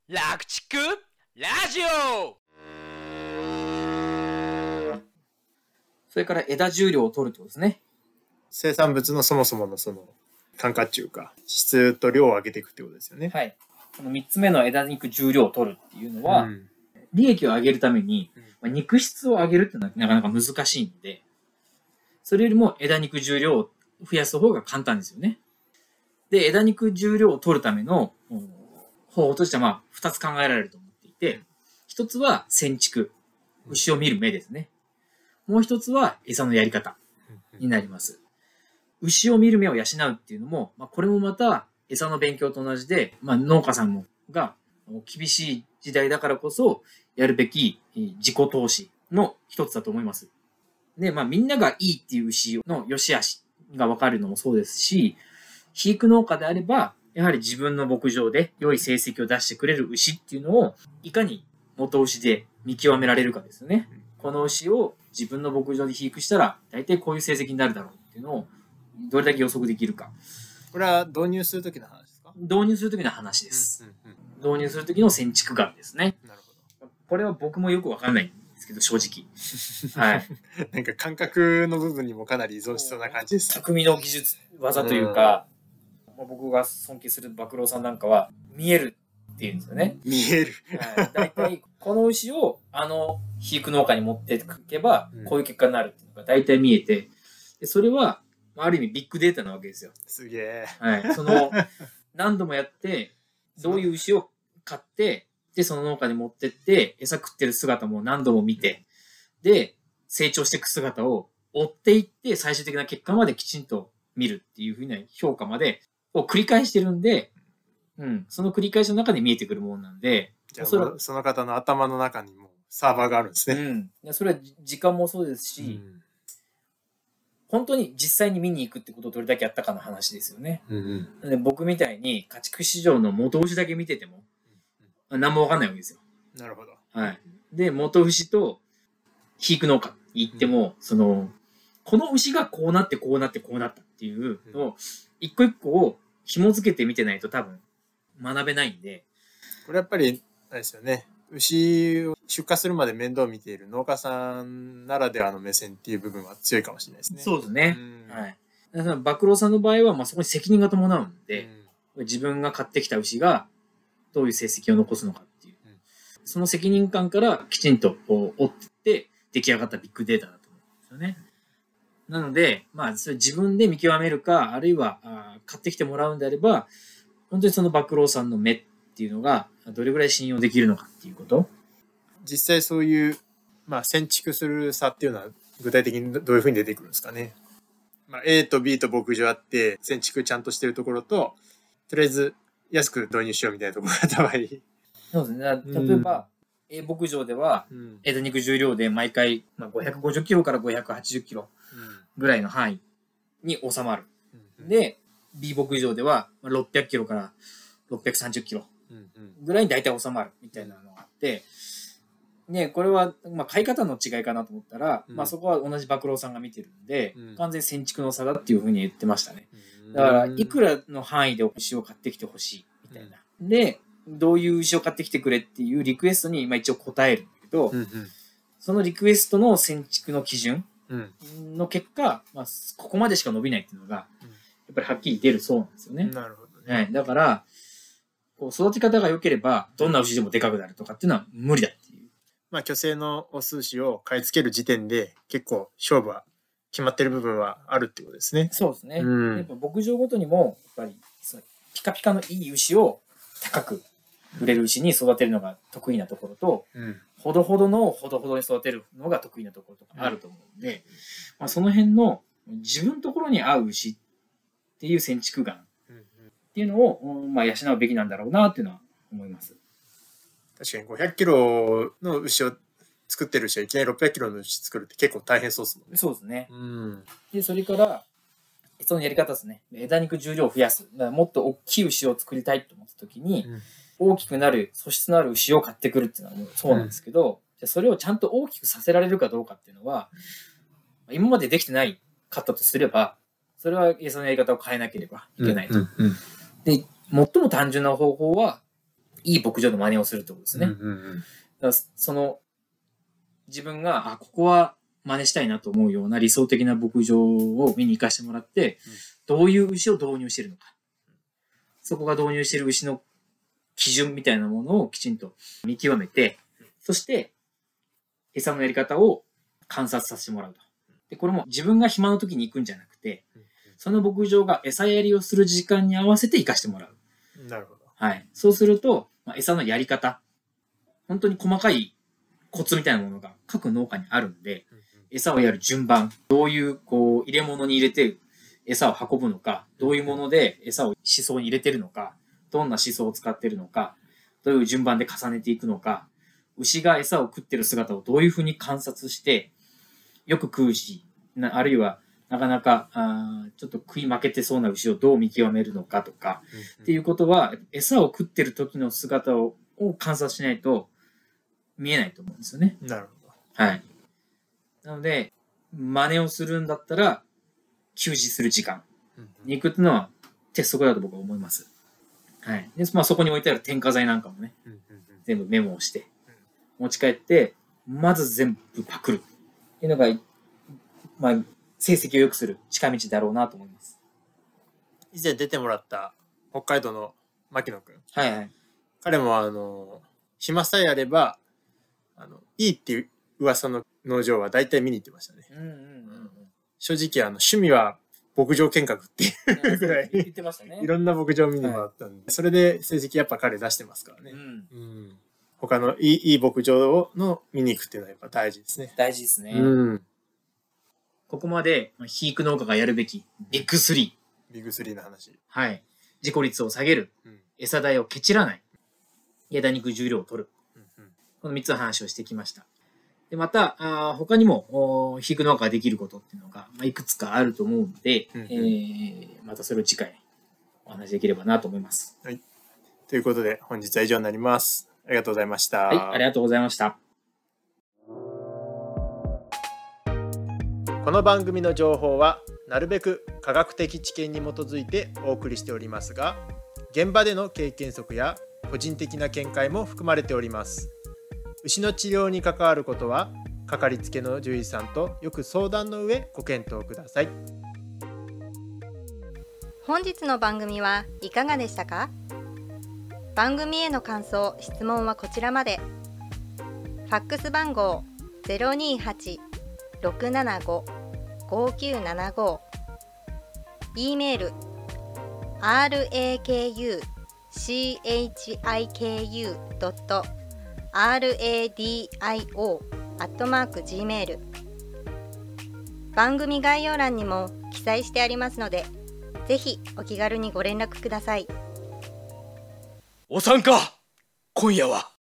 楽畜ラジオ。 それから枝重量を取るってことですね。 生産物のそもそものその単価っていうか質と量を上げていくってことですよね。 はい。この3つ目の枝肉重量を取るっていうのは、利益を上げるために、肉質を上げるっていうのはなかなか難しいんで、それよりも枝肉重量を増やす方が簡単ですよね。で、枝肉重量を取るための方法としては2つ考えられると思っていて、1つは剪畜、牛を見る目ですね。もう1つは餌のやり方になります。牛を見る目を養うっていうのも、これもまた餌の勉強と同じで、農家さんが厳しい時代だからこそやるべき自己投資の一つだと思います。で、みんながいいっていう牛の良し悪しが分かるのもそうですし、肥育農家であれば、やはり自分の牧場で良い成績を出してくれる牛っていうのを、いかに元牛で見極められるかですよね。この牛を自分の牧場で肥育したら、大体こういう成績になるだろうっていうのを、どれだけ予測できるか。 これは導入するときの話ですか？ 導入するときの話です。導入するときの剪畜学ですね。 なるほど。 これは僕もよくわかんないんですけど、正直。はい。 なんか感覚の部分にもかなり依存しそうな感じです。 匠の技術、技というか、僕が尊敬する馬郎さんなんかは、見えるっていうんですよね。 見える。 はい。大体、この牛を肥育農家に持っていけば、こういう結果になるっていうのが大体見えて、でそれは、ある意味ビッグデータなわけですよ。 すげえ。 はい。何度もやって、どういう牛を買って、で、その農家に持ってって、餌食ってる姿も何度も見て、で、成長していく姿を追っていって、最終的な結果まできちんと見るっていうふうな評価までを繰り返してるんで、その繰り返しの中で見えてくるものなんで、 じゃあその方の頭の中にもサーバーがあるんですね。 それは時間もそうですし、本当に実際に見に行くってことをどれだけやったかの話ですよね。で僕みたいに家畜市場の元牛だけ見てても、何も分かんないわけですよ。 なるほど。 はい。で、元牛と肥育農家に行っても、この牛がこうなってこうなってこうなったっていうのを、一個一個を紐付けて見てないと多分学べないんで。 これやっぱり、あれですよね。牛を出荷するまで面倒を見ている農家さんならではの目線っていう部分は強いかもしれないですね。 そうですね。はい。だから馬郎さんの場合は、そこに責任が伴うんで、自分が買ってきた牛がどういう成績を残すのかっていう。その責任感からきちんと追って出来上がったビッグデータだと思うんですよね。なので、それ自分で見極めるか、あるいは買ってきてもらうんであれば、本当にその馬郎さんの目っていうのがどれぐらい信用できるのかっていうこと。 実際そういう、剪畜する差っていうのは具体的にどういうふうに出てくるんですかね。A と B と牧場あって剪畜ちゃんとしてるところと、とりあえず安く導入しようみたいなところがあった場合。 そうですね。例えば、A 牧場では枝肉重量で毎回550キロから580キロぐらいの範囲に収まる。で、B 牧場では600キロから630キロぐらいに大体収まるみたいなのがあって、ね、これは買い方の違いかなと思ったら、そこは同じ馬郎さんが見てるんで、完全に剪畜の差だっていうふうに言ってましたね。だから、いくらの範囲で牛を買ってきてほしいみたいな。で、どういう牛を買ってきてくれっていうリクエストに一応答えるんだけど、そのリクエストの剪畜の基準の結果、ここまでしか伸びないっていうのが、やっぱりはっきり出るそうなんですよね。 なるほどね。 だから、育て方が良ければ、どんな牛でもでかくなるとかっていうのは無理だっていう。 巨勢のオス牛を買い付ける時点で結構勝負は決まってる部分はあるってことですね。 そうですね。やっぱ牧場ごとにも、やっぱりピカピカのいい牛を高く売れる牛に育てるのが得意なところと、ほどほどに育てるのが得意なところとかあると思うんで、その辺の自分のところに合う牛っていう剪畜眼っていうのを、養うべきなんだろうなっていうのは思います。 確かに500キロの牛を作ってる牛はいきなり600キロの牛作るって結構大変そうですもんね。 そうですね。で、それから、そのやり方ですね。枝肉重量を増やす。だからもっと大きい牛を作りたいと思った時に、大きくなる、素質のある牛を買ってくるっていうのはもうそうなんですけど、じゃそれをちゃんと大きくさせられるかどうかっていうのは、今までできてないかったとすれば、それは餌のやり方を変えなければいけないと。で、最も単純な方法は、 いい牧場の真似をするってことですね。 うんうんうん。 だからその、自分が、ここは真似したいなと思うような理想的な牧場を見に行かせてもらって、どういう牛を導入しているのか。そこが導入している牛の基準みたいなものをきちんと見極めて、そして、餌のやり方を観察させてもらうと。で、これも自分が暇の時に行くんじゃなくて、その牧場が餌やりをする時間に合わせて行かしてもらう。 なるほど。 はい。そうすると、餌のやり方、本当に細かいコツみたいなものが各農家にあるんで、餌をやる順番、どういう入れ物に入れて餌を運ぶのか、どういうもので餌を飼草に入れてるのか、どんな飼草を使ってるのか、どういう順番で重ねていくのか、牛が餌を食ってる姿をどういうふうに観察して、よく食うし、あるいはなかなかちょっと食い負けてそうな牛をどう見極めるのかとか、っていうことは、餌を食ってる時の姿を観察しないと見えないと思うんですよね。 なるほど。 はい。なので、真似をするんだったら、休止する時間に行くっていうのは鉄則だと僕は思います。はい。で、そこに置いてある添加剤なんかもね、全部メモをして、持ち帰って、まず全部パクるっていうのが、成績を良くする近道だろうなと思います。 以前出てもらった北海道の牧野くん。 はいはい。 彼も暇さえあれば、いいっていう噂の農場は大体見に行ってましたね。正直趣味は牧場見学っていうぐらい、 言ってましたね。 いろんな牧場を見に回ったんで、それで成績やっぱ彼出してますからね。他のいい牧場の見に行くっていうのはやっぱ大事ですね。 大事ですね。ここまで肥育農家がやるべきビッグ3。 ビッグ3の話。 はい。自己率を下げる。餌代をケチらない。枝肉重量を取る。この3つの話をしてきました。で、また、他にも、肥育農家ができることっていうのが、いくつかあると思うので、またそれを次回お話しできればなと思います。 はい。ということで、本日は以上になります。ありがとうございました。 はい、ありがとうございました。 この番組の情報は、なるべく科学的知見に基づいてお送りしておりますが、現場での経験則や個人的な見解も含まれております。牛の治療に関わることは、かかりつけの獣医さんとよく相談の上ご検討ください。 本日の番組はいかがでしたか？番組への感想・質問はこちらまで。ファックス番号 028-675-5975 E メール rakuchiku.radio@gmail 番組概要欄にも記載してありますので、ぜひお気軽にご連絡ください。 お参加今夜は